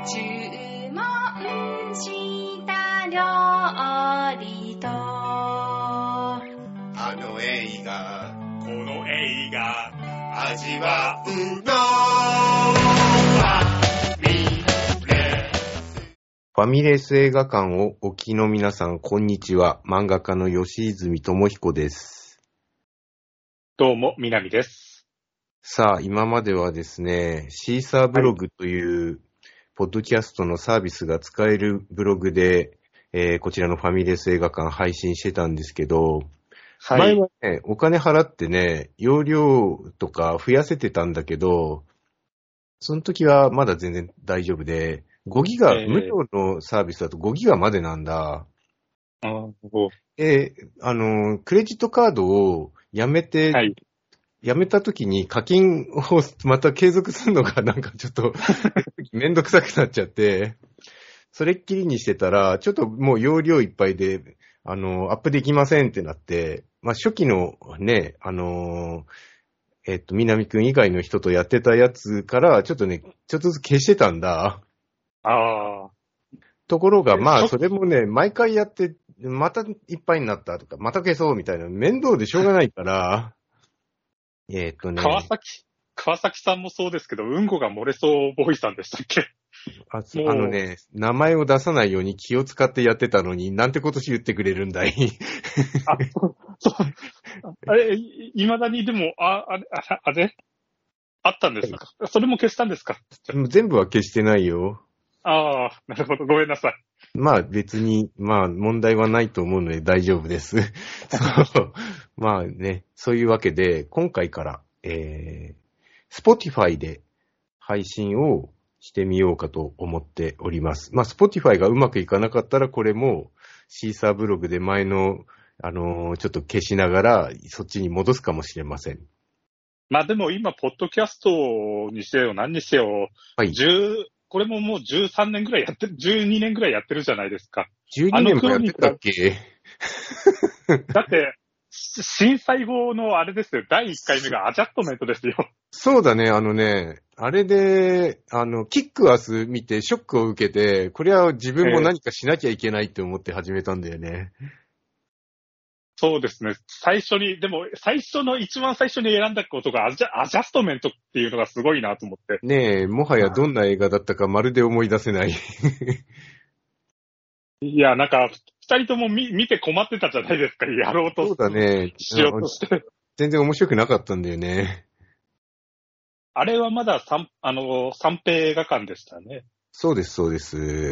注文した料理とあの映画この映画味わうのファミレス映画館をお聞きの皆さん、こんにちは。漫画家の吉泉智彦です。 どうも南です。 さあ、今まではですね、シーサーブログというポッドキャストのサービスが使えるブログで、こちらのファミレス映画館配信してたんですけど、 はい、 前はね、お金払ってね、容量とか増やせてたんだけど、その時はまだ全然大丈夫で、5ギガ、無料のサービスだと5ギガまでなんだ。クレジットカードをやめて、 はい、 やめた時に課金をまた継続するのがなんかちょっとめんどくさくなっちゃって、それっきりにしてたら、ちょっともう容量いっぱいで、アップできませんってなって、まあ初期のね、南くん以外の人とやってたやつから、ちょっとね、ちょっとずつ消してたんだ。 ああ。 ところが、まあ、それもね、毎回やって、またいっぱいになったとか、また消そうみたいな、面倒でしょうがないから、 川崎さんもそうですけど、うんこが漏れそうボーイさんでしたっけ？ 名前を出さないように気を使ってやってたのに、なんてことし言ってくれるんだい。 あれ、未だにでも、あれあったんですか？それも消したんですか？ 全部は消してないよ。 ああ、なるほど。ごめんなさい。 まあ別に、まあ問題はないと思うので大丈夫です。まあね、そういうわけで、今回から、Spotify で配信をしてみようかと思っております。まあ Spotify がうまくいかなかったら、これもシーサーブログで前の、ちょっと消しながら、そっちに戻すかもしれません。 まあでも今、ポッドキャストにせよ、何にせよ、 はい。 これももう13年ぐらいやってる、12年ぐらいやってるじゃないですか。 12年もやってたっけ？ だって、震災後のあれですよ、第1回目がアジャストメントですよ。 そうだね、あれで、キックアス見てショックを受けて、これは自分も何かしなきゃいけないって思って始めたんだよね。 そうですね。一番最初に選んだことがアジャストメントっていうのがすごいなと思って。 ねえ、もはやどんな映画だったかまるで思い出せない。 いや、なんか、二人とも見て困ってたじゃないですか、やろうと。 そうだね。 しようとして。 全然面白くなかったんだよね。 あれはまだ三平映画館でしたね。 そうです、そうです。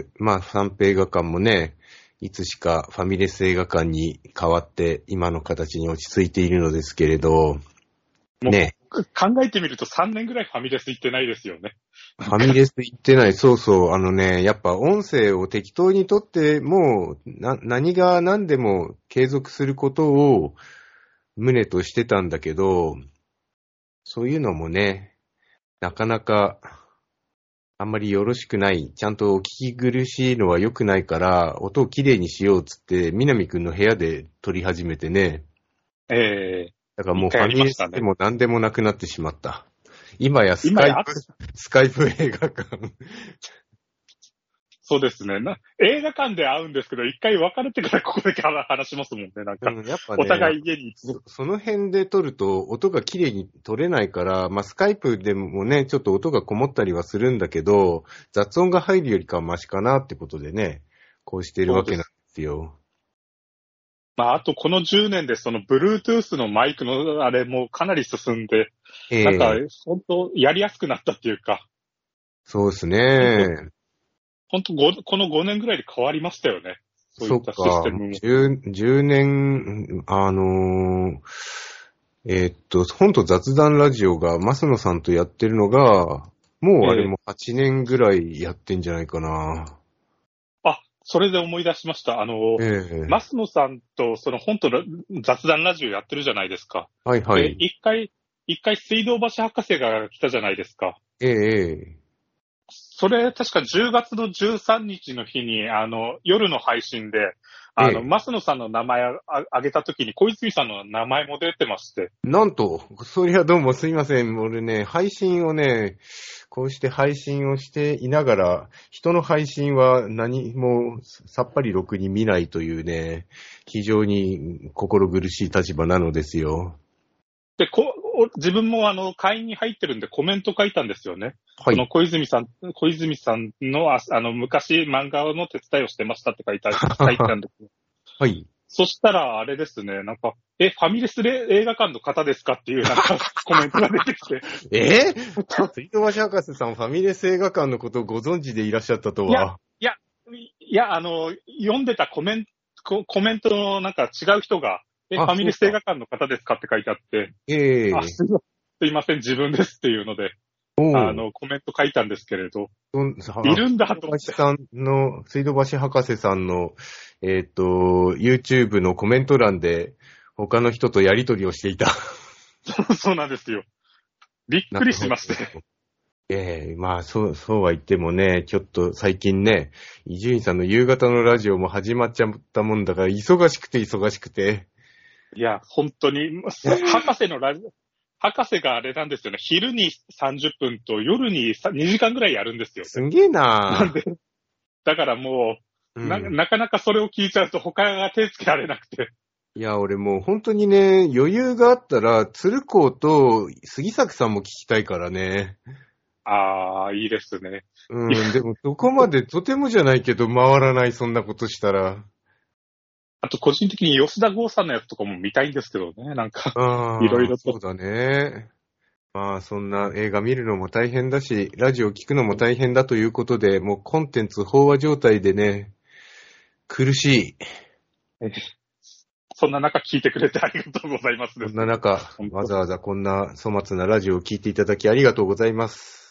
まあ、三平映画館もね、いつしかファミレス映画館に変わって今の形に落ち着いているのですけれど、 ね。考えてみると3年ぐらいファミレス行ってないですよね。 ファミレス行ってない。そうそう。やっぱ音声を適当にとっても、何が何でも継続することを旨としてたんだけど、そういうのもね、なかなかあんまりよろしくない。ちゃんと聞き苦しいのは良くないから、音をきれいにしようっつって、南くんの部屋で撮り始めてね。だからもうファミレスでも何でもなくなってしまった。今やスカイプ映画館。 そうですね。映画館で会うんですけど、一回別れてからここで話しますもんね。なんか、やっぱね、お互い家に。 その辺で撮ると音が綺麗に撮れないから、まあスカイプでもね、ちょっと音がこもったりはするんだけど、雑音が入るよりかはマシかなってことでね、こうしてるわけなんですよ。 まあ、あとこの10年でその Bluetooth のマイクのあれもかなり進んで、なんか本当やりやすくなったっていうか。 そうですね。 本当この5年ぐらいで変わりましたよね。そういったシステムも。 10年、本当雑談ラジオが増野さんとやってるのが、もうあれも8年ぐらいやってんじゃないかな。 それで思い出しました。増野さんと、その本当雑談ラジオやってるじゃないですか。 はいはい。 一回水道橋博士が来たじゃないですか。 それ、確か10月の13日の日に、夜の配信で、増野さんの名前あげたときに、小泉さんの名前も出てまして。 なんと、そりゃどうもすいません。俺ね、配信をね、こうして配信をしていながら、人の配信は何もさっぱりろくに見ないというね、非常に心苦しい立場なのですよ。 で、自分も会員に入ってるんでコメント書いたんですよね。 はい。 その小泉さんの昔漫画の手伝いをしてましたって書いたんですよ。 はい。 そしたら、あれですね、なんか、ファミレス映画館の方ですかっていうなんかコメントが出てきて。 水道橋博士さん、ファミレス映画館のことをご存知でいらっしゃったとは。 いや、読んでたコメントのなんか違う人が、ファミレス映画館の方ですかって書いてあって、すいません、自分ですっていうので、コメント書いたんですけれど、いるんだと思って。 水道橋博士さんの、YouTube のコメント欄で、他の人とやりとりをしていた。 そうなんですよ。びっくりしまして。 まあ、そうは言ってもね、ちょっと最近ね、伊集院さんの夕方のラジオも始まっちゃったもんだから、忙しくて。 いや、本当に、博士があれなんですよね。昼に30分と夜に2時間ぐらいやるんですよ。 すげえなぁ。だからもう、なかなかそれを聞いちゃうと他が手つけられなくて。 いや、俺もう本当にね、余裕があったら、鶴光と杉作さんも聞きたいからね。 いいですね。 でもそこまでとてもじゃないけど回らない、そんなことしたら。 あと個人的に吉田剛さんのやつとかも見たいんですけどね、なんか、いろいろと。 そうだね。まあそんな映画見るのも大変だし、ラジオ聞くのも大変だということで、もうコンテンツ飽和状態でね、苦しい。 そんな中聞いてくれてありがとうございます。 そんな中、わざわざこんな粗末なラジオを聞いていただきありがとうございます。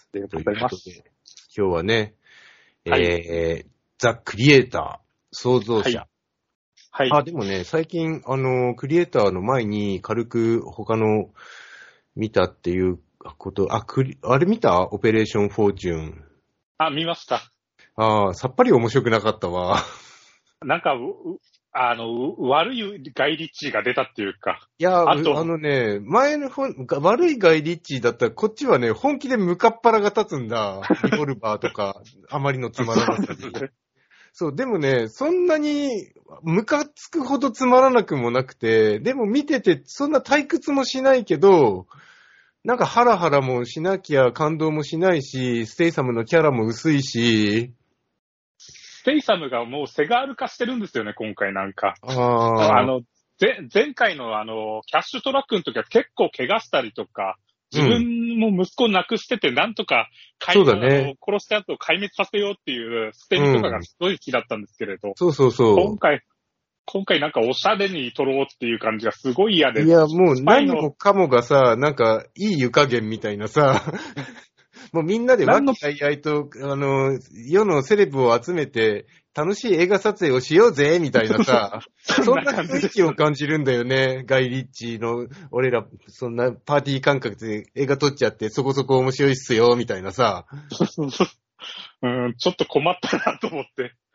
ありがとうございます。 今日はね、ザ・クリエイター、創造者。 はい。 でもね、最近、クリエイターの前に軽く他の見たっていうこと、あれ見た？オペレーションフォーチューン。 見ました。 さっぱり面白くなかったわ。 なんか、悪いガイリッチーが出たっていうか。 いや、前の悪いガイリッチーだったら、こっちはね、本気でムカッパラが立つんだ。リボルバーとか、あまりのつまらなさで。そう、でもね、そんなにムカつくほどつまらなくもなくて、でも見ててそんな退屈もしないけど、なんかハラハラもしなきゃ感動もしないし、ステイサムのキャラも薄いし、 ステイサムがもうセガール化してるんですよね、今回なんか。前回のキャッシュトラックの時は結構怪我したりとか、自分も息子を亡くしてて、なんとか殺したやつを壊滅させようっていう捨て身とかがすごい好きだったんですけれど。今回なんかおしゃれに撮ろうっていう感じがすごい嫌で。 いや、もう何もかもがさ、なんかいい湯加減みたいなさ、もうみんなで和気あいあいと、世のセレブを集めて、楽しい映画撮影をしようぜみたいなさ、そんな雰囲気を感じるんだよね。ガイ・リッチーの、俺ら、そんなパーティー感覚で映画撮っちゃって、そこそこ面白いっすよ、みたいなさ。 ちょっと困ったなと思って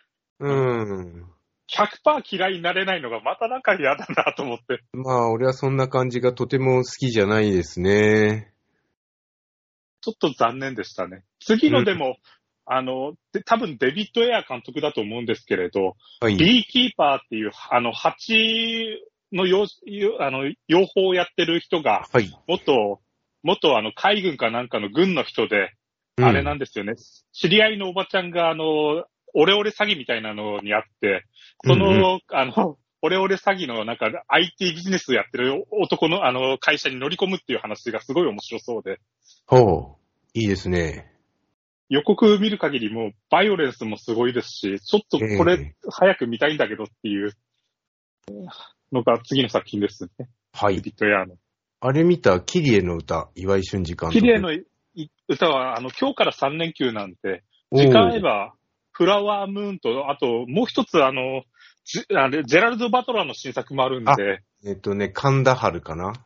。100% 嫌いになれないのがまたなんか嫌だなと思って。 まあ、俺はそんな感じがとても好きじゃないですね。 ちょっと残念でしたね。次のでも、多分デビッド・エア監督だと思うんですけれど、ビーキーパーっていう、蜂の養蜂をやってる人が、元海軍かなんかの軍の人で、あれなんですよね。知り合いのおばちゃんが、オレオレ詐欺みたいなのにあって、オレオレ詐欺のなんか IT ビジネスやってる男の会社に乗り込むっていう話がすごい面白そうで。 いいですね。 予告見る限りもうバイオレンスもすごいですし、ちょっとこれ早く見たいんだけどっていうのが次の作品ですね。ビットエアの。 あれ見たキリエの歌、岩井俊二監督。 キリエの歌は今日から3連休なんで、時間あればフラワームーンと、あともう一つジェラルド・バトラーの新作もあるんで。 神田春かな。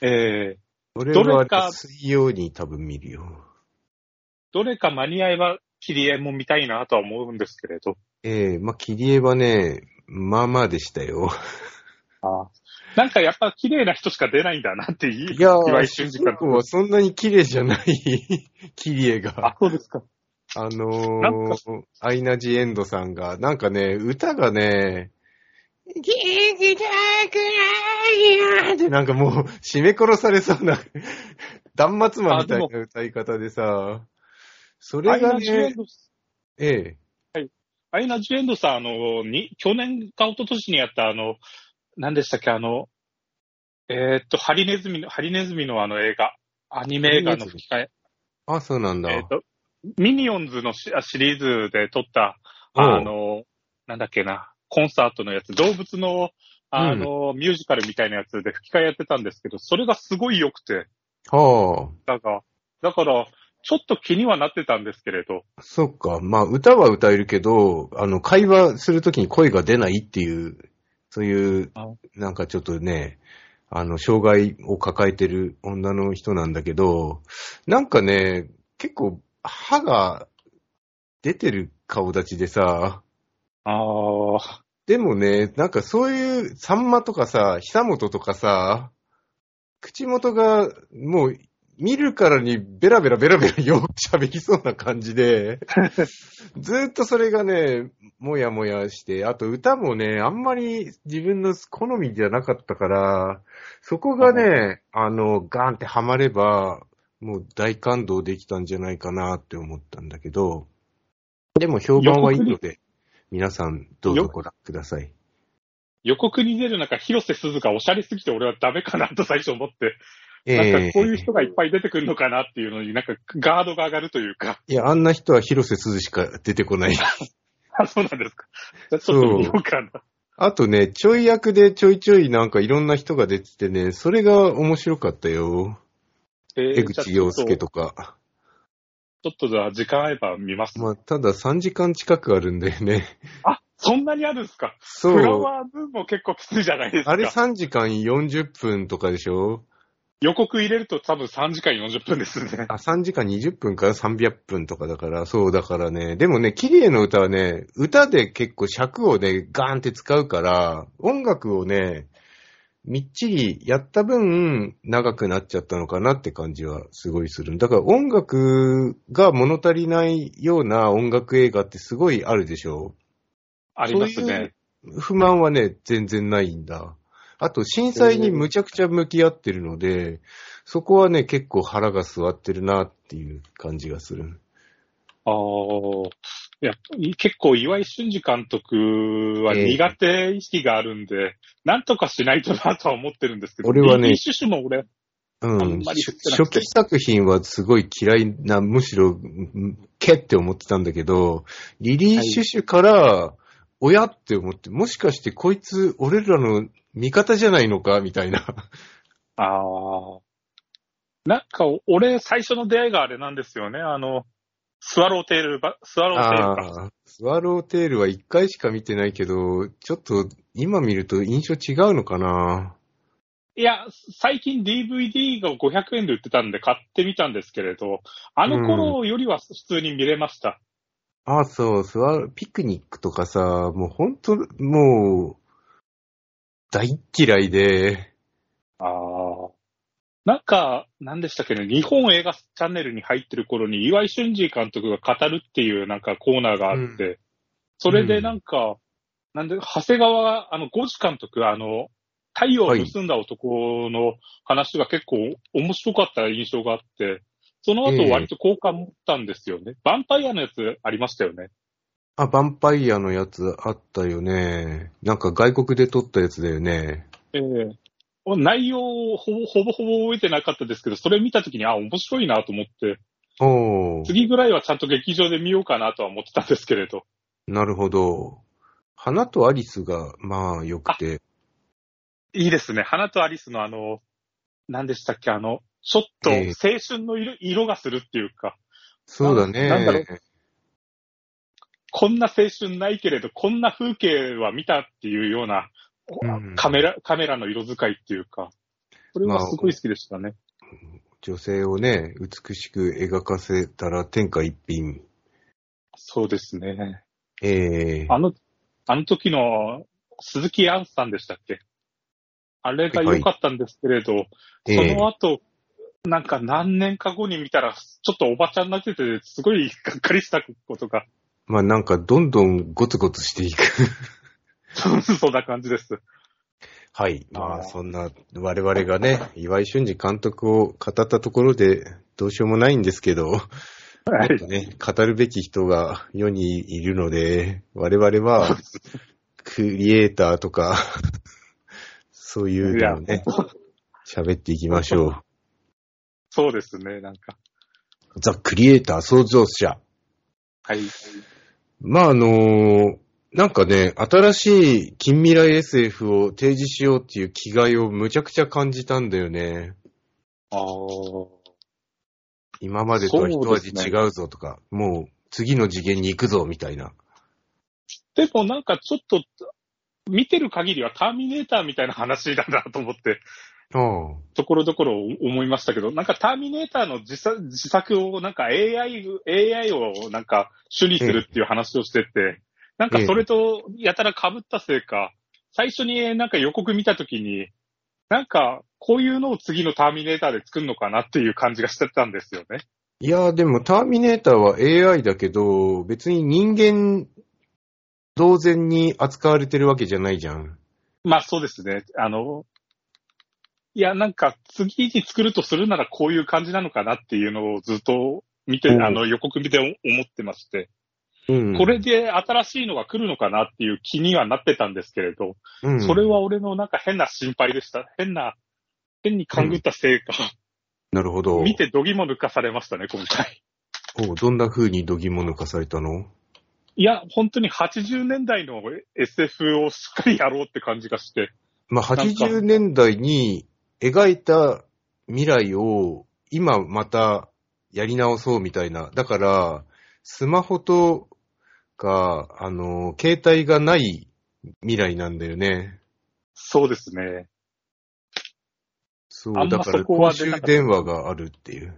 俺は水曜に多分見るよ。 どれか間に合えば切り絵も見たいなとは思うんですけれど。 まあ、切り絵はね、まあまあでしたよ。 なんかやっぱ綺麗な人しか出ないんだなっていう。 いやー、 岩井俊二監督はそんなに綺麗じゃない切り絵が。 そうですか。 アイナ・ジ・エンドさんが、なんかね、歌がね、ギーギターくらいやーってなんかもう締め殺されそうな断末魔みたいな歌い方でさ、それがね、 アイナ・ジ・エンドさん、去年か一昨年にやった何でしたっけ、ハリネズミの映画、アニメ映画の吹き替え。 あ、そうなんだ。 ミニオンズのシリーズで撮った、なんだっけな、コンサートのやつ、動物の、ミュージカルみたいなやつで吹き替えやってたんですけど、それがすごい良くて。だから、ちょっと気にはなってたんですけれど。 そっか。まあ、歌は歌えるけど、会話するときに声が出ないっていう、そういう、なんかちょっとね、障害を抱えてる女の人なんだけど、なんかね、結構、歯が出てる顔立ちでさ、でもね、なんかそういう、さんまとかさ、久本とかさ、口元がもう、見るからにベラベラよく喋りそうな感じで、ずーっとそれがね、もやもやして、あと歌もね、あんまり自分の好みじゃなかったから、そこがね、ガーンってハマれば、もう大感動できたんじゃないかなって思ったんだけど、でも評判はいいので、皆さんどうぞご覧ください。 予告に出る中、広瀬すずがおしゃれすぎて俺はダメかなと最初思って、なんかこういう人がいっぱい出てくるのかなっていうのになんかガードが上がるというか。 いや、あんな人は広瀬すずしか出てこない。 そうなんですか。じゃあちょっと見ようかな。 あとね、ちょい役でちょいちょいなんかいろんな人が出ててね、それが面白かったよ。江口洋介とか。 ちょっとじゃあ時間合えば見ます。 まあ、ただ3時間近くあるんだよね。 そんなにあるんですか？ そう。 フラワーズも結構きついじゃないですか。 あれ3時間40分とかでしょ？ 予告入れると多分3時間40分ですね。 3時間20分から300分とかだから、そうだからね。でもね、綺麗の歌はね、歌で結構尺をね、ガーンって使うから、音楽をね、みっちりやった分、長くなっちゃったのかなって感じはすごいする。だから音楽が物足りないような音楽映画ってすごいあるでしょ？ ありますね。そういう不満はね、全然ないんだ。あと、震災にむちゃくちゃ向き合ってるので、そこはね、結構腹が据わってるなっていう感じがする。 いや、結構岩井俊二監督は苦手意識があるんで、なんとかしないとなとは思ってるんですけど、 俺はね、 シュシュも俺、 初期作品はすごい嫌いな、むしろ、けって思ってたんだけど、リリー・シュシュから、親って思って、もしかしてこいつ、俺らの味方じゃないのかみたいな。 なんか、俺、最初の出会いがあれなんですよね。スワローテールか。 スワローテールは1回しか見てないけど、ちょっと今見ると印象違うのかな？ いや、最近 DVD が500円で売ってたんで買ってみたんですけれど、あの頃よりは普通に見れました。 そう、ピクニックとかさ、もうほんと、もう、大嫌いで。 なんか、なんでしたっけね、日本映画チャンネルに入ってる頃に岩井俊二監督が語るっていうなんかコーナーがあって、それでなんか、長谷川、ゴジ監督、太陽を盗んだ男の話が結構面白かった印象があって、その後割と好感持ったんですよね。ヴァンパイアのやつありましたよね。 ヴァンパイアのやつあったよね。なんか外国で撮ったやつだよね。 内容をほぼ覚えてなかったですけど、それ見たときに、面白いなと思って、次ぐらいはちゃんと劇場で見ようかなとは思ってたんですけれど。 なるほど。花とアリスが、まあ、良くて。 いいですね。花とアリスの何でしたっけ、ちょっと青春の色がするっていうか。 そうだね。 なんだろう。こんな青春ないけれど、こんな風景は見たっていうような、カメラの色使いっていうか、それはすごい好きでしたね。 女性をね、美しく描かせたら天下一品。 そうですね。 あの時の鈴木杏さんでしたっけ？あれが良かったんですけれど、その後、なんか何年か後に見たら、ちょっとおばちゃんになってて、すごいがっかりしたことが。 まあなんかどんどんゴツゴツしていく。 そんな感じです。 はい。まあそんな我々がね、岩井俊二監督を語ったところでどうしようもないんですけど、もっとね、語るべき人が世にいるので、我々はクリエイターとか、そういうのをね、喋っていきましょう。 そうですね、なんか。 ザ・クリエイター創造者。 はい。 まあなんかね、新しい近未来 SF を提示しようっていう気概をむちゃくちゃ感じたんだよね。今までとは一味違うぞとか、もう次の次元に行くぞみたいな。 でもなんかちょっと、見てる限りはターミネーターみたいな話だなと思って、ところどころ思いましたけど、なんかターミネーターの自作をなんか AI をなんか主にするっていう話をしてて、なんかそれとやたら被ったせいか、最初になんか予告見たときに、なんかこういうのを次のターミネーターで作るのかなっていう感じがしてたんですよね。 いやでもターミネーターは AI だけど、別に人間同然に扱われてるわけじゃないじゃん。 まあそうですね。いや、なんか次に作るとするならこういう感じなのかなっていうのをずっと見て、予告見て思ってまして。これで新しいのが来るのかなっていう気にはなってたんですけれど、それは俺のなんか変な心配でした。変に勘ぐったせいか。 なるほど。 見て度肝抜かされましたね、今回。 どんな風に度肝抜かされたの？ いや、本当に80年代の SF をしっかりやろうって感じがして。 まあ、80年代に描いた未来を今またやり直そうみたいな。だから、スマホとか、携帯がない未来なんだよね。 そうですね。 そう、だから公衆電話があるっていう。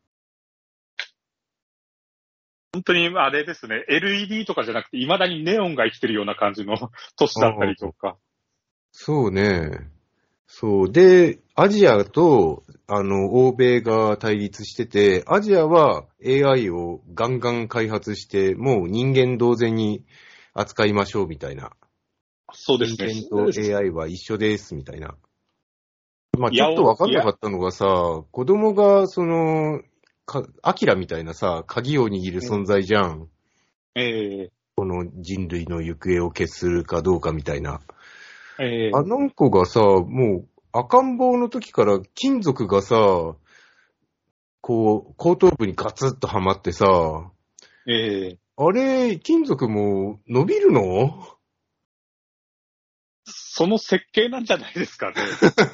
本当にあれですね、LED とかじゃなくて、未だにネオンが生きてるような感じの都市だったりとか。 そうね。そう。で、アジアと、欧米が対立してて、アジアは AI をガンガン開発して、もう人間同然に扱いましょうみたいな。 そうですね。 人間と AI は一緒です、みたいな。まあ、ちょっとわかんなかったのがさ、子供が、アキラみたいなさ、鍵を握る存在じゃん。この人類の行方を決するかどうかみたいな。あの子がさ、もう赤ん坊の時から金属がさ、こう、後頭部にガツッとはまってさ、あれ、金属も伸びるの？ その設計なんじゃないですかね。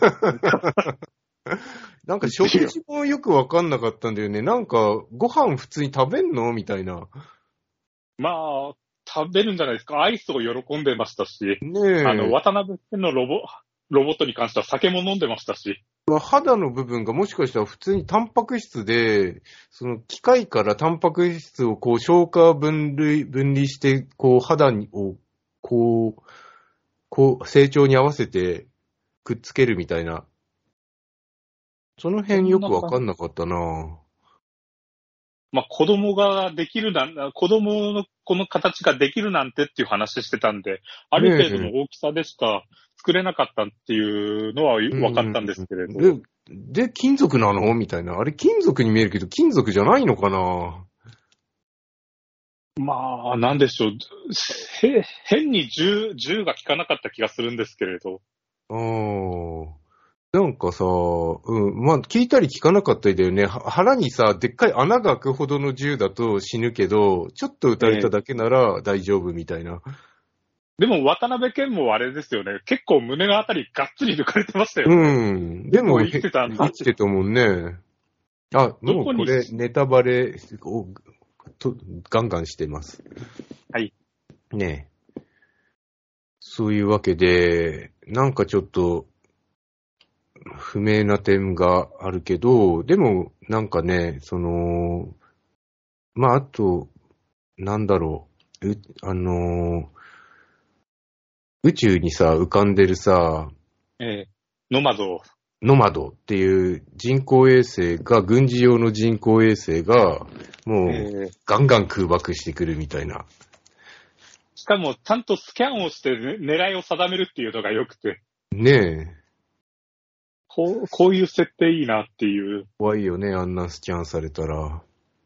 なんか食事もよくわかんなかったんだよね。なんか、ご飯普通に食べんのみたいな。 まあ、食べるんじゃないですか。アイスを喜んでましたし、 ねえ。 渡辺君のロボットに関しては酒も飲んでましたし。 肌の部分がもしかしたら普通にタンパク質で、その機械からタンパク質をこう消化分離して、こう肌をこう成長に合わせてくっつけるみたいな。その辺よくわかんなかったな。 まあ子供のこの形ができるなんてっていう話してたんで、ある程度の大きさでしか作れなかったっていうのは分かったんですけれど。 で、金属なのみたいな。あれ金属に見えるけど金属じゃないのかな。まあ、なんでしょう。変に銃が効かなかった気がするんですけれど。 なんかさ、まあ、聞いたり聞かなかったりだよね。腹にさ、でっかい穴が開くほどの銃だと死ぬけど、ちょっと撃たれただけなら大丈夫みたいな。 でも、渡辺謙もあれですよね。結構胸のあたりがっつり抜かれてましたよね。 でも、 生きてたんだ。 生きてたもんね。もうこれ、ネタバレをガンガンしてます。 はい。 ねえ。そういうわけで、なんかちょっと、不明な点があるけど、でも、なんかね、まあ、あと、 なんだろう、宇宙にさ、浮かんでるさ、 ノマド。 ノマドっていう人工衛星が、軍事用の人工衛星が、もう、ガンガン空爆してくるみたいな。 しかも、ちゃんとスキャンをして、狙いを定めるっていうのが良くて。 ねえ。 こういう設定いいなっていう。 怖いよね、あんなスキャンされたら。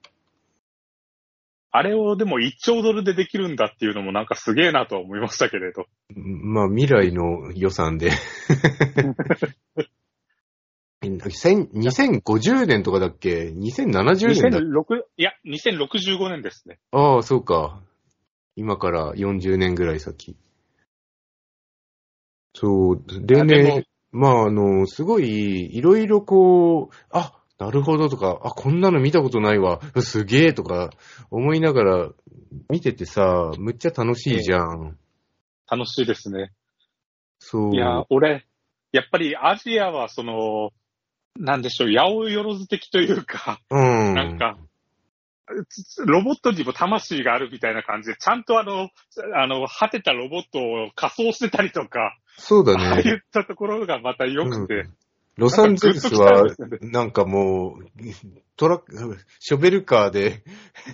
あれをでも1兆ドルでできるんだっていうのもなんかすげえなとは思いましたけれど。 まあ未来の予算で。2050年とかだっけ ?2070 年だっけいや、2065年ですね。 ああ、そうか。今から40年ぐらい先。そう。でね、まあすごい、いろいろこう、あ、なるほどとか、あ、こんなの見たことないわ、すげえとか思いながら見ててさ、むっちゃ楽しいじゃん。 楽しいですね。 そう。 いや、俺、やっぱりアジアはなんでしょう、八百万的というか、なんか、ロボットにも魂があるみたいな感じで、ちゃんと果てたロボットを仮装してたりとか、 そうだね。 ああいったところがまた良くて。 ロサンゼルスは、なんかもう、ショベルカーで、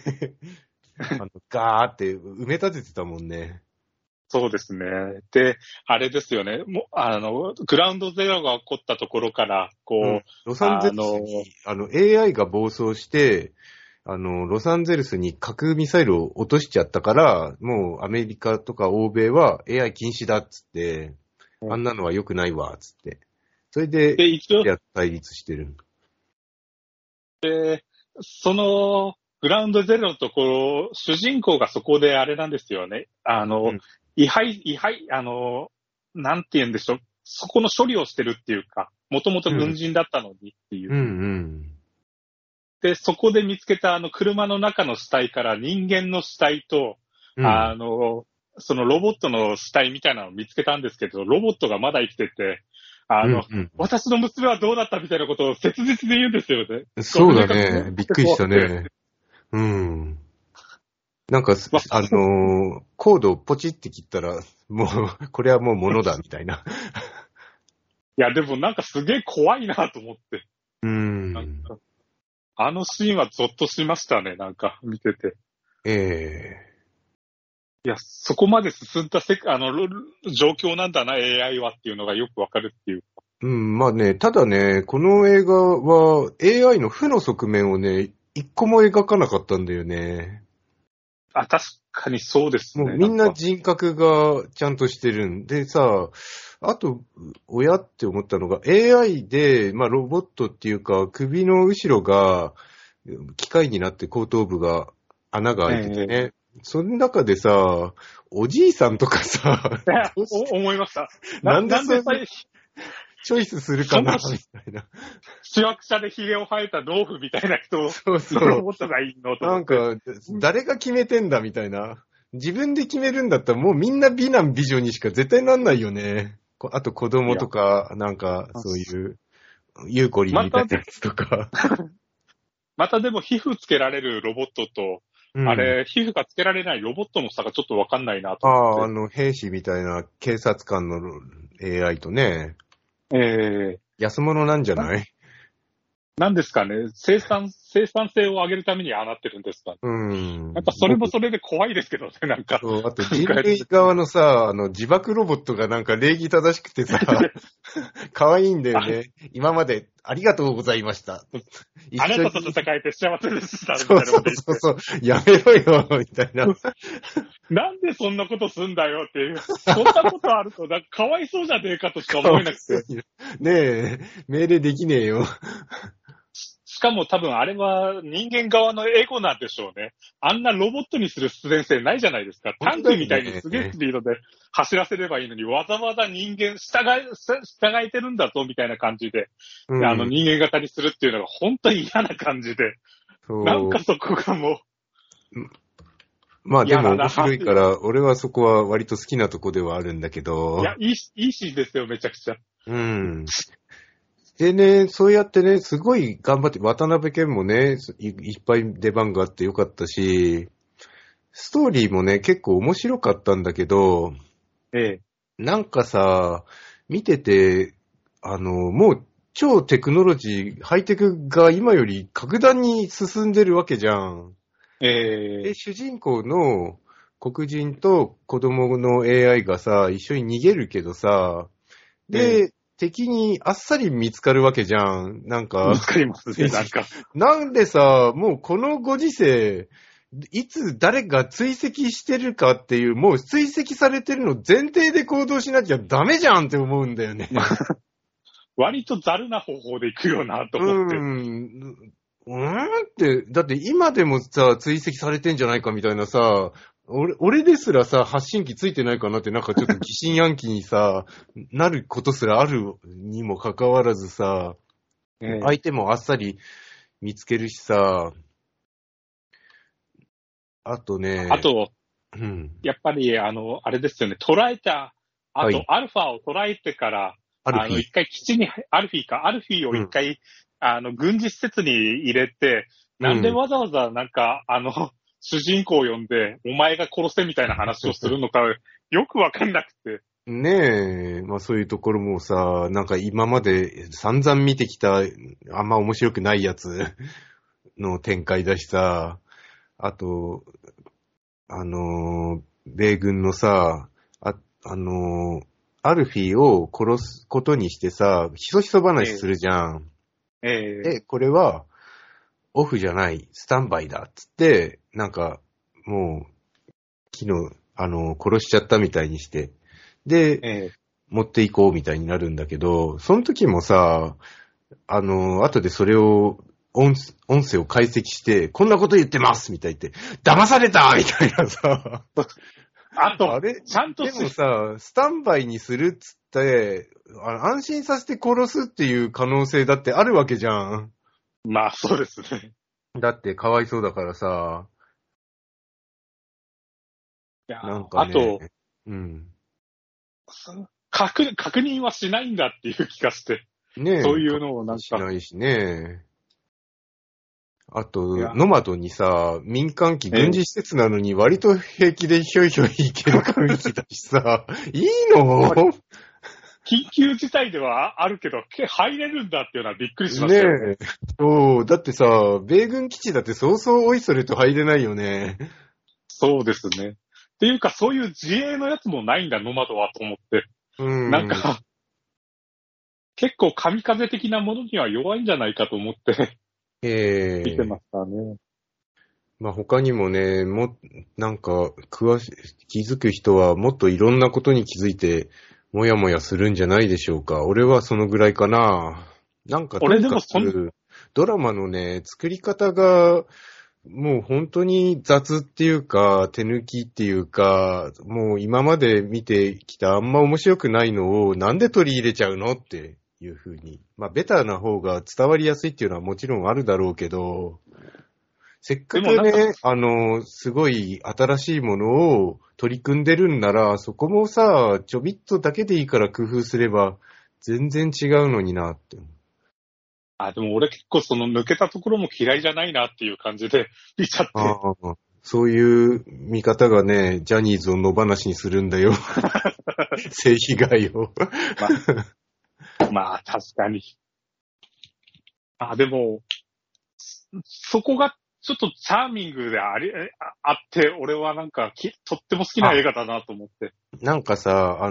ガーって埋め立ててたもんね。 そうですね。で、あれですよね。グラウンドゼロが起こったところから、 ロサンゼルスに、AI が暴走して、ロサンゼルスに核ミサイルを落としちゃったから、もうアメリカとか欧米は AI 禁止だっつって、あんなのは良くないわ、つって。それで、対立してる。 で、グラウンドゼロのところ、主人公がそこであれなんですよね。なんて言うんでしょう。そこの処理をしてるっていうか、もともと軍人だったのにっていう。で、そこで見つけた車の中の死体から人間の死体と、そのロボットの死体みたいなのを見つけたんですけど、ロボットがまだ生きてて、私の娘はどうだったみたいなことを切実で言うんですよね。 そうだね。びっくりしたね。なんか、コードをポチって切ったら、もう、これはもう物だ、みたいな。 いや、でもなんかすげえ怖いなと思って。なんかあのシーンはゾッとしましたね、なんか、見てて。いや、そこまで進んだ状況なんだな、AI はっていうのがよくわかるっていう。 まあね、ただね、この映画は AI の負の側面をね、一個も描かなかったんだよね。 あ、確かにそうですね。 もうみんな人格がちゃんとしてるんでさ、あと、親って思ったのが AI で、まあロボットっていうか首の後ろが機械になって後頭部が穴が開いててね。その中でさ、おじいさんとかさ、 思いました。 なんでチョイスするかなみたいな。 主役者で髭を生えた農夫みたいな人のロボットがいいのとなんか、誰が決めてんだみたいな。自分で決めるんだったらもうみんな美男美女にしか絶対なんないよね。あと子供とか、なんかそういうユーコリンみたいなやつとか。 またでも皮膚つけられるロボットと、あれ、皮膚がつけられないロボットの差がちょっとわかんないなと思って。 兵士みたいな警察官の AI とね。安物なんじゃない？ なんですかね、生産性を上げるためにああなってるんですかね。やっぱそれもそれで怖いですけどね、なんか。 そう、あと人類側のさ、自爆ロボットがなんか礼儀正しくてさ、可愛いんだよね。今までありがとうございました。 あなたと戦えて幸せでした。 そう。やめろよ、みたいな。 なんでそんなことすんだよっていう。そんなことあると、なんかかわいそうじゃねえかとしか思えなくて。 ねえ、命令できねえよ。 しかも多分あれは人間側のエゴなんでしょうね。あんなロボットにする必然性ないじゃないですか。タンクみたいにすげえスピードで走らせればいいのに、わざわざ人間従えてるんだぞみたいな感じで、人間型にするっていうのが本当に嫌な感じで。なんかそこがもう。 まあでも面白いから、俺はそこは割と好きなとこではあるんだけど。 いや、いいシーンですよ、めちゃくちゃ。 でね、そうやってね、すごい頑張って、渡辺謙もね、いっぱい出番があってよかったし、 ストーリーもね、結構面白かったんだけど、なんかさ、見てて、もう超テクノロジー、ハイテクが今より格段に進んでるわけじゃん。で、主人公の黒人と子供の AI がさ、一緒に逃げるけどさ、で、敵にあっさり見つかるわけじゃん。なんか。 見つかりますね、なんか。 なんでさ、もうこのご時世、いつ誰が追跡してるかっていう、もう追跡されてるの前提で行動しなきゃダメじゃんって思うんだよね。 割とザルな方法で行くよなと思って。 って、だって今でもさ、追跡されてんじゃないかみたいなさ、俺ですらさ、発信機ついてないかなってなんかちょっと疑心暗鬼にさ、なることすらあるにもかかわらずさ、相手もあっさり見つけるしさ、あとね、やっぱりあれですよね、捉えた、あと、アルファを捉えてから、一回基地に、アルフィを一回、軍事施設に入れて、なんでわざわざなんか、主人公を呼んで、お前が殺せみたいな話をするのか、よくわかんなくて。 ねえ、まあそういうところもさ、なんか今まで散々見てきた、あんま面白くないやつの展開だしさ、あと、米軍のさ、アルフィを殺すことにしてさ、ひそひそ話するじゃん。で、これは、オフじゃない、スタンバイだっつって、なんか、もう、昨日、殺しちゃったみたいにして、で、持っていこうみたいになるんだけど、その時もさ、後でそれを、音声を解析して、こんなこと言ってますみたいに言って、騙されたみたいなさ。 あと、 あれちゃんとでもさ、スタンバイにするっつって、安心させて殺すっていう可能性だってあるわけじゃん。 まあ、そうですね。 だってかわいそうだからさ。 いや、 なんかね、 あと、確認はしないんだっていう気がして。 ねえ。 そういうのをなんか。 しないしね。あと、ノマドにさ、民間機軍事施設なのに割と平気でひょいひょい行ける雰囲気だしさ、いいの？ 緊急事態ではあるけど、入れるんだっていうのはびっくりしましたよね。 ねえ。そう、だってさ、米軍基地だってそうそうおいそれと入れないよね。 そうですね。っていうか、そういう自衛のやつもないんだ、ノマドはと思って。なんか、結構神風的なものには弱いんじゃないかと思って、見てましたね。 まあ他にもね、なんか、気づく人はもっといろんなことに気づいて、もやもやするんじゃないでしょうか。俺はそのぐらいかな。なんか、 俺でもドラマのね、作り方が、もう本当に雑っていうか、手抜きっていうか、もう今まで見てきたあんま面白くないのをなんで取り入れちゃうのっていう風に。まあベターな方が伝わりやすいっていうのはもちろんあるだろうけど、せっかくね、すごい新しいものを取り組んでるんなら、そこもさ、ちょびっとだけでいいから工夫すれば全然違うのになって。 でも俺結構その抜けたところも嫌いじゃないなっていう感じで見ちゃって。 そういう見方がね、ジャニーズを野放しにするんだよ。性被害を。 まあ確かに。でも、そこがちょっとチャーミングであって、俺はなんかとっても好きな映画だなと思って。 なんかさ、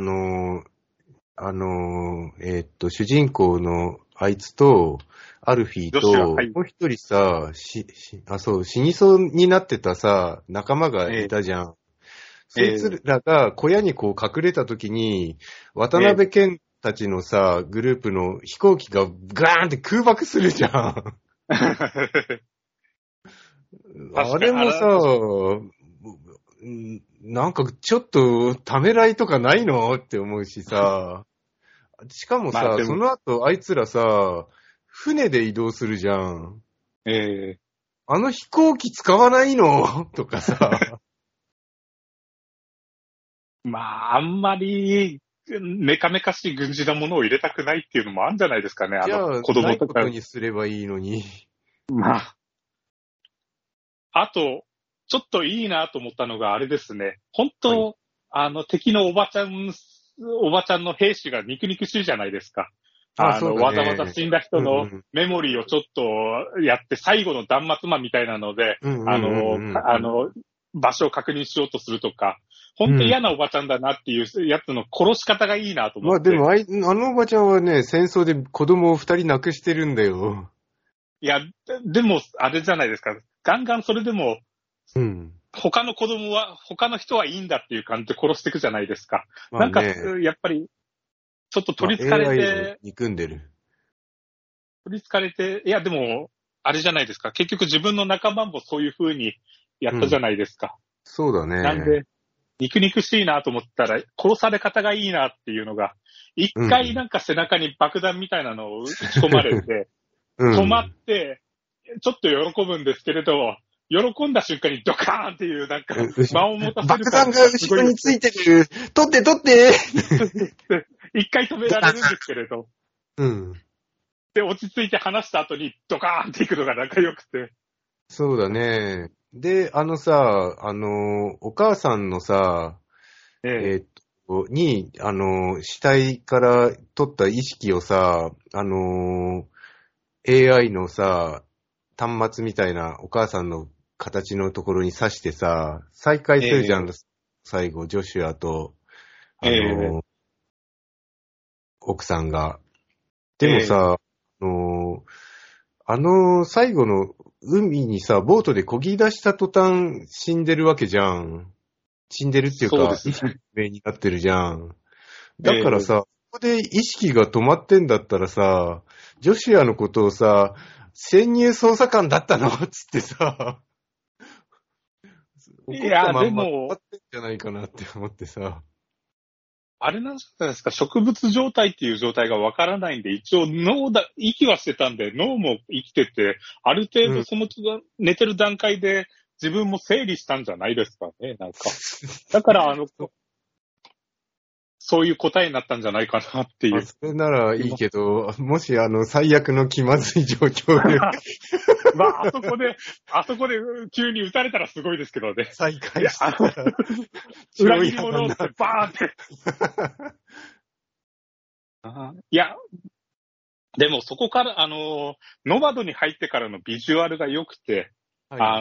主人公のあいつと、アルフィーと、もう一人さ、死にそうになってたさ、仲間がいたじゃん。そいつらが小屋にこう隠れた時に、渡辺謙たちのさ、グループの飛行機がガーンって空爆するじゃん。あれもさ、なんかちょっとためらいとかないのって思うしさ。しかもさ、その後あいつらさ、船で移動するじゃん。あの飛行機使わないのとかさ。 あんまりメカメカしい軍事なものを入れたくないっていうのもあるんじゃないですかね。 じゃあ、子供とかにすればいいのに。 あと、 ちょっといいなと思ったのがあれですね。本当、敵のおばちゃんの兵士が肉々しいじゃないですか。わざわざ死んだ人のメモリーをちょっとやって、最後の断末魔みたいなので、場所を確認しようとするとか、本当嫌なおばちゃんだなっていうやつの殺し方がいいなと思って。 まあでもあのおばちゃんはね、戦争で子供を2人亡くしてるんだよ。 いや、でも、あれじゃないですか。ガンガンそれでも、他の人はいいんだっていう感じで殺していくじゃないですか。まあね、なんか、やっぱり、ちょっと取り憑かれて、 憎んでる。 取り憑かれて、いや、でも、あれじゃないですか。結局自分の仲間もそういう風にやったじゃないですか。 そうだね。 なんで、肉々しいなと思ったら、殺され方がいいなっていうのが、一回なんか背中に爆弾みたいなのを打ち込まれて、止まって、ちょっと喜ぶんですけれど、喜んだ瞬間にドカーンっていう、なんか、間を持たせる。 爆弾が後ろについてる。取って一回止められるんですけれど。 うん。 で、落ち着いて話した後にドカーンっていくのが仲良くて。 そうだね。で、お母さんのさ、死体から取った意識をさ、AI のさ、端末みたいなお母さんの形のところに刺してさ、再会するじゃん、最後、ジョシュアと、奥さんが。でもさ、最後の海にさ、ボートで漕ぎ出した途端死んでるわけじゃん。死んでるっていうか、意識不明になってるじゃん。だからさ、ここで意識が止まってんだったらさ、ジョシュアのことをさ、潜入捜査官だったのつってさ、 いや、でも、 終わってんじゃないかなって思ってさ。 あれなんじゃないですか、植物状態っていう状態がわからないんで、一応息はしてたんで、脳も生きてて、ある程度その寝てる段階で自分も整理したんじゃないですかね、なんか。だからそういう答えになったんじゃないかなっていう。 それならいいけど、もし最悪の気まずい状況で。 まあ、あそこで急に撃たれたらすごいですけどね。 再開したら。 裏切り者ってバーンって。いや、でもそこから、ノマドに入ってからのビジュアルが良くて、はい、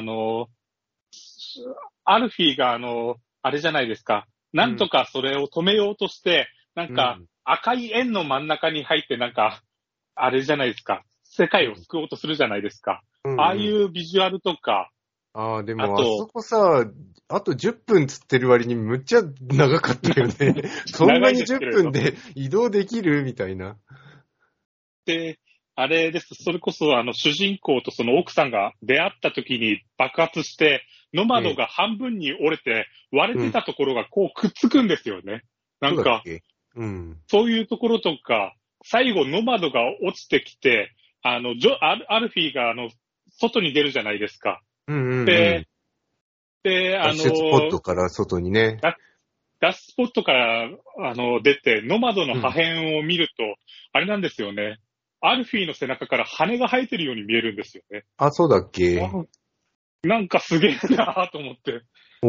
アルフィーがあれじゃないですか。なんとかそれを止めようとして、なんか、赤い円の真ん中に入って、なんか、あれじゃないですか。世界を救おうとするじゃないですか。ああいうビジュアルとか。 でもあそこさ、あと10分つってる割にむっちゃ長かったよね。そんなに10分で移動できるみたいな。 で、あれです。それこそ主人公とその奥さんが出会った時に爆発して、ノマドが半分に折れて、割れてたところがこうくっつくんですよね。なんか、そういうところとか、最後ノマドが落ちてきて、アルフィーが外に出るじゃないですか。で、 脱出スポットから外にね。 脱出スポットから出て、ノマドの破片を見ると、あれなんですよね。アルフィーの背中から羽が生えてるように見えるんですよね。 あ、そうだっけ？ なんかすげえなと思って。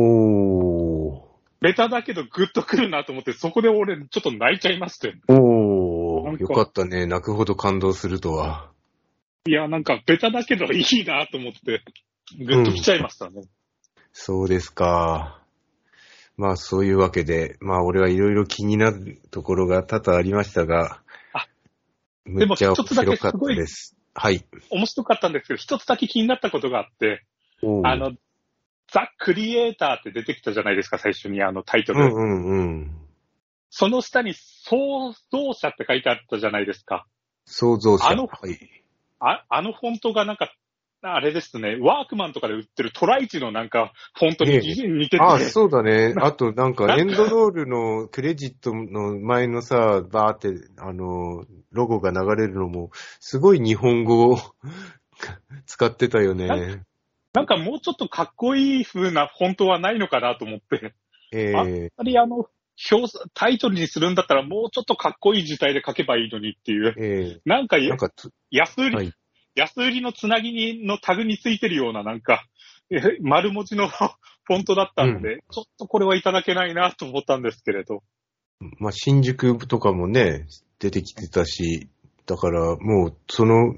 ベタだけどグッとくるなと思って、そこで俺ちょっと泣いちゃいまして。 よかったね。泣くほど感動するとは。 いや、なんかベタだけどいいなと思って、グッときちゃいましたね。 そうですか。まあそういうわけで、まあ俺はいろいろ気になるところが多々ありましたが、 でも一つだけすごい、 はい。 面白かったんですけど、一つだけ気になったことがあって、ザ・クリエイターって出てきたじゃないですか、最初にタイトル。その下に創造者って書いてあったじゃないですか。 創造者。 フォントがなんか、あれですね、ワークマンとかで売ってるトライチのなんか、フォントに似てて、 そうだね。あとなんか、エンドロールのクレジットの前のさ、バーって、ロゴが流れるのも、すごい日本語を使ってたよね。 なんかもうちょっとかっこいい風なフォントはないのかなと思って。あんまりタイトルにするんだったらもうちょっとかっこいい字体で書けばいいのにっていう。なんか安売りのつなぎのタグについてるようななんか、 丸文字のフォントだったので、ちょっとこれはいただけないなと思ったんですけれど。 まあ、新宿とかもね、出てきてたし、だからもう、その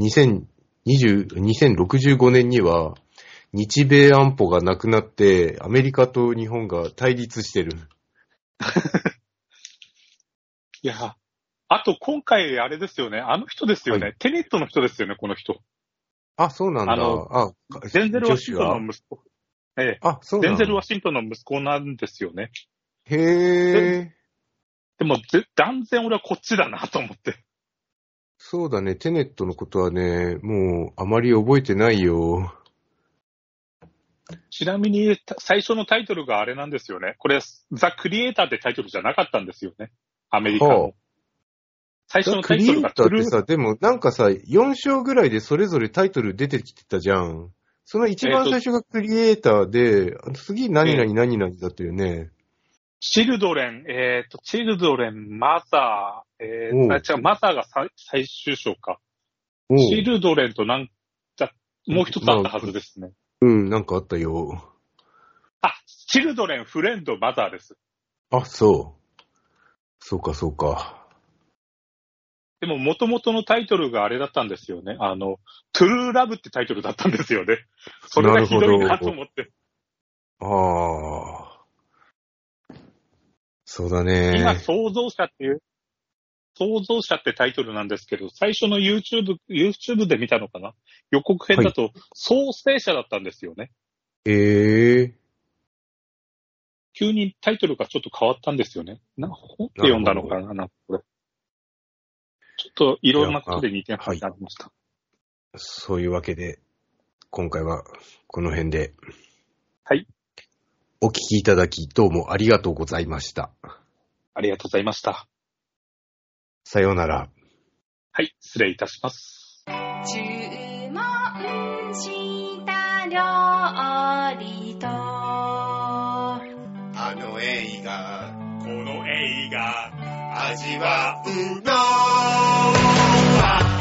2065年には、日米安保がなくなって、アメリカと日本が対立してる。 いや、あと今回あれですよね、あの人ですよね、テネットの人ですよね、この人。 あ、そうなんだ。 デンゼル・ワシントンの息子。 そうなんだ。 デンゼル・ワシントンの息子なんですよね。 へー。 でも、断然俺はこっちだなと思って。 そうだね、テネットのことはね、もうあまり覚えてないよ。 ちなみに、最初のタイトルがあれなんですよね。これ、ザ・クリエイターってタイトルじゃなかったんですよね。アメリカの。最初のタイトルがクリエイターってさ、でもなんかさ、4章ぐらいでそれぞれタイトル出てきてたじゃん。その一番最初がクリエイターで、次何々何々だったよね。 チルドレン、マザー、マザーが最終章か。チルドレンともう一つあったはずですね。 なんかあったよ。 チルドレン、フレンド、マザーです。 あ、そう。そうか、そうか。 でも、元々のタイトルがあれだったんですよね。トゥルーラブってタイトルだったんですよね。それがひどいなと思って。 そうだね。 今、創造者ってタイトルなんですけど、最初の YouTube で見たのかな、予告編だと、創生者だったんですよね。急にタイトルがちょっと変わったんですよね。本って読んだのかな、これ。ちょっといろんなことで似てなりました。 そういうわけで、今回はこの辺で。 はい。 お聞きいただき、どうもありがとうございました。 ありがとうございました。 さようなら。 はい、失礼いたします。 注文した料理と、 あの映画、この映画、味わうのは